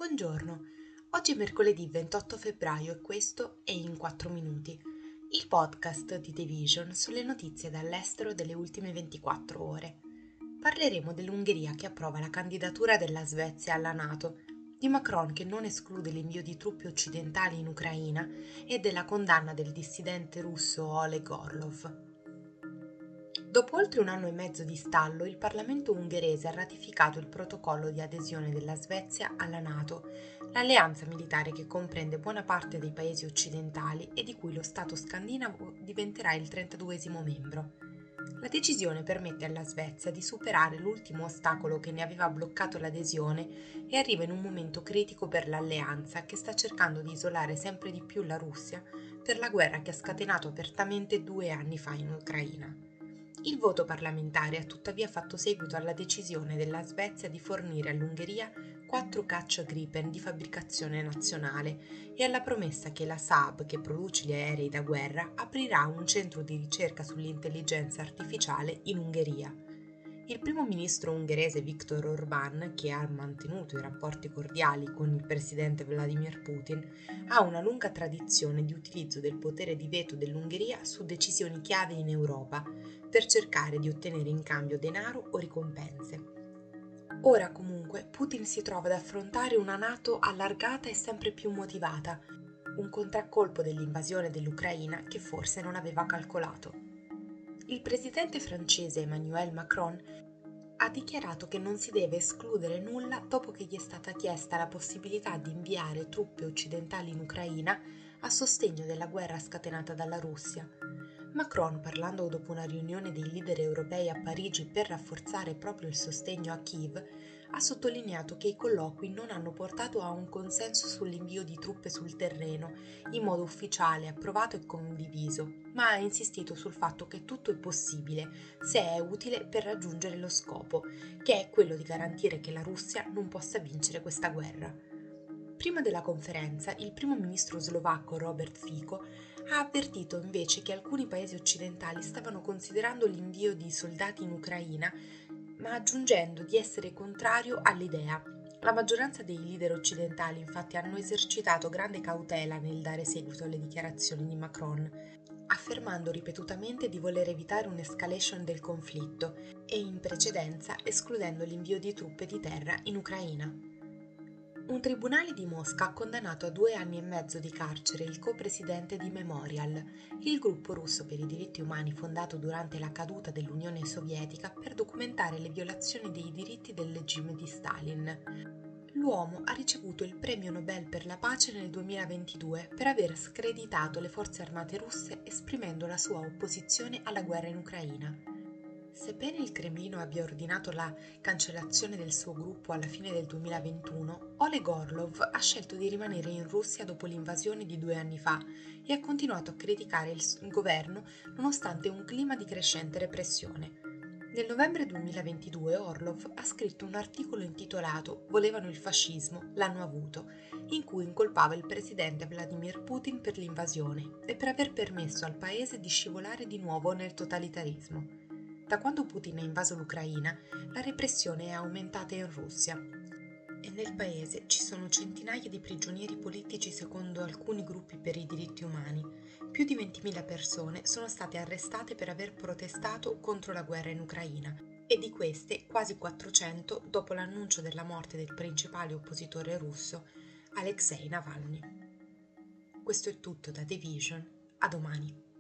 Buongiorno, oggi è mercoledì 28 febbraio e questo è In 4 Minuti, il podcast di The Vision sulle notizie dall'estero delle ultime 24 ore. Parleremo dell'Ungheria che approva la candidatura della Svezia alla NATO, di Macron che non esclude l'invio di truppe occidentali in Ucraina e della condanna del dissidente russo Oleg Orlov. Dopo oltre un anno e mezzo di stallo, il Parlamento ungherese ha ratificato il protocollo di adesione della Svezia alla NATO, l'alleanza militare che comprende buona parte dei paesi occidentali e di cui lo Stato scandinavo diventerà il 32esimo membro. La decisione permette alla Svezia di superare l'ultimo ostacolo che ne aveva bloccato l'adesione e arriva in un momento critico per l'alleanza che sta cercando di isolare sempre di più la Russia per la guerra che ha scatenato apertamente 2 anni fa in Ucraina. Il voto parlamentare ha tuttavia fatto seguito alla decisione della Svezia di fornire all'Ungheria 4 caccia Gripen di fabbricazione nazionale e alla promessa che la Saab, che produce gli aerei da guerra, aprirà un centro di ricerca sull'intelligenza artificiale in Ungheria. Il primo ministro ungherese Viktor Orbán, che ha mantenuto i rapporti cordiali con il presidente Vladimir Putin, ha una lunga tradizione di utilizzo del potere di veto dell'Ungheria su decisioni chiave in Europa, per cercare di ottenere in cambio denaro o ricompense. Ora comunque Putin si trova ad affrontare una NATO allargata e sempre più motivata, un contraccolpo dell'invasione dell'Ucraina che forse non aveva calcolato. Il presidente francese Emmanuel Macron ha dichiarato che non si deve escludere nulla dopo che gli è stata chiesta la possibilità di inviare truppe occidentali in Ucraina a sostegno della guerra scatenata dalla Russia. Macron, parlando dopo una riunione dei leader europei a Parigi per rafforzare proprio il sostegno a Kiev, ha sottolineato che i colloqui non hanno portato a un consenso sull'invio di truppe sul terreno in modo ufficiale, approvato e condiviso, ma ha insistito sul fatto che tutto è possibile se è utile per raggiungere lo scopo, che è quello di garantire che la Russia non possa vincere questa guerra. Prima della conferenza, il primo ministro slovacco Robert Fico ha avvertito invece che alcuni paesi occidentali stavano considerando l'invio di soldati in Ucraina, ma aggiungendo di essere contrario all'idea. La maggioranza dei leader occidentali infatti hanno esercitato grande cautela nel dare seguito alle dichiarazioni di Macron, affermando ripetutamente di voler evitare un'escalation del conflitto e in precedenza escludendo l'invio di truppe di terra in Ucraina. Un tribunale di Mosca ha condannato a 2 anni e mezzo di carcere il co-presidente di Memorial, il gruppo russo per i diritti umani fondato durante la caduta dell'Unione Sovietica per documentare le violazioni dei diritti del regime di Stalin. L'uomo ha ricevuto il premio Nobel per la pace nel 2022 per aver screditato le forze armate russe esprimendo la sua opposizione alla guerra in Ucraina. Sebbene il Cremlino abbia ordinato la cancellazione del suo gruppo alla fine del 2021, Oleg Orlov ha scelto di rimanere in Russia dopo l'invasione di 2 anni fa e ha continuato a criticare il governo nonostante un clima di crescente repressione. Nel novembre 2022 Orlov ha scritto un articolo intitolato "Volevano il fascismo, l'hanno avuto", in cui incolpava il presidente Vladimir Putin per l'invasione e per aver permesso al paese di scivolare di nuovo nel totalitarismo. Da quando Putin ha invaso l'Ucraina, la repressione è aumentata in Russia e nel paese ci sono centinaia di prigionieri politici secondo alcuni gruppi per i diritti umani. Più di 20.000 persone sono state arrestate per aver protestato contro la guerra in Ucraina e di queste quasi 400 dopo l'annuncio della morte del principale oppositore russo, Alexei Navalny. Questo è tutto da The Vision, a domani.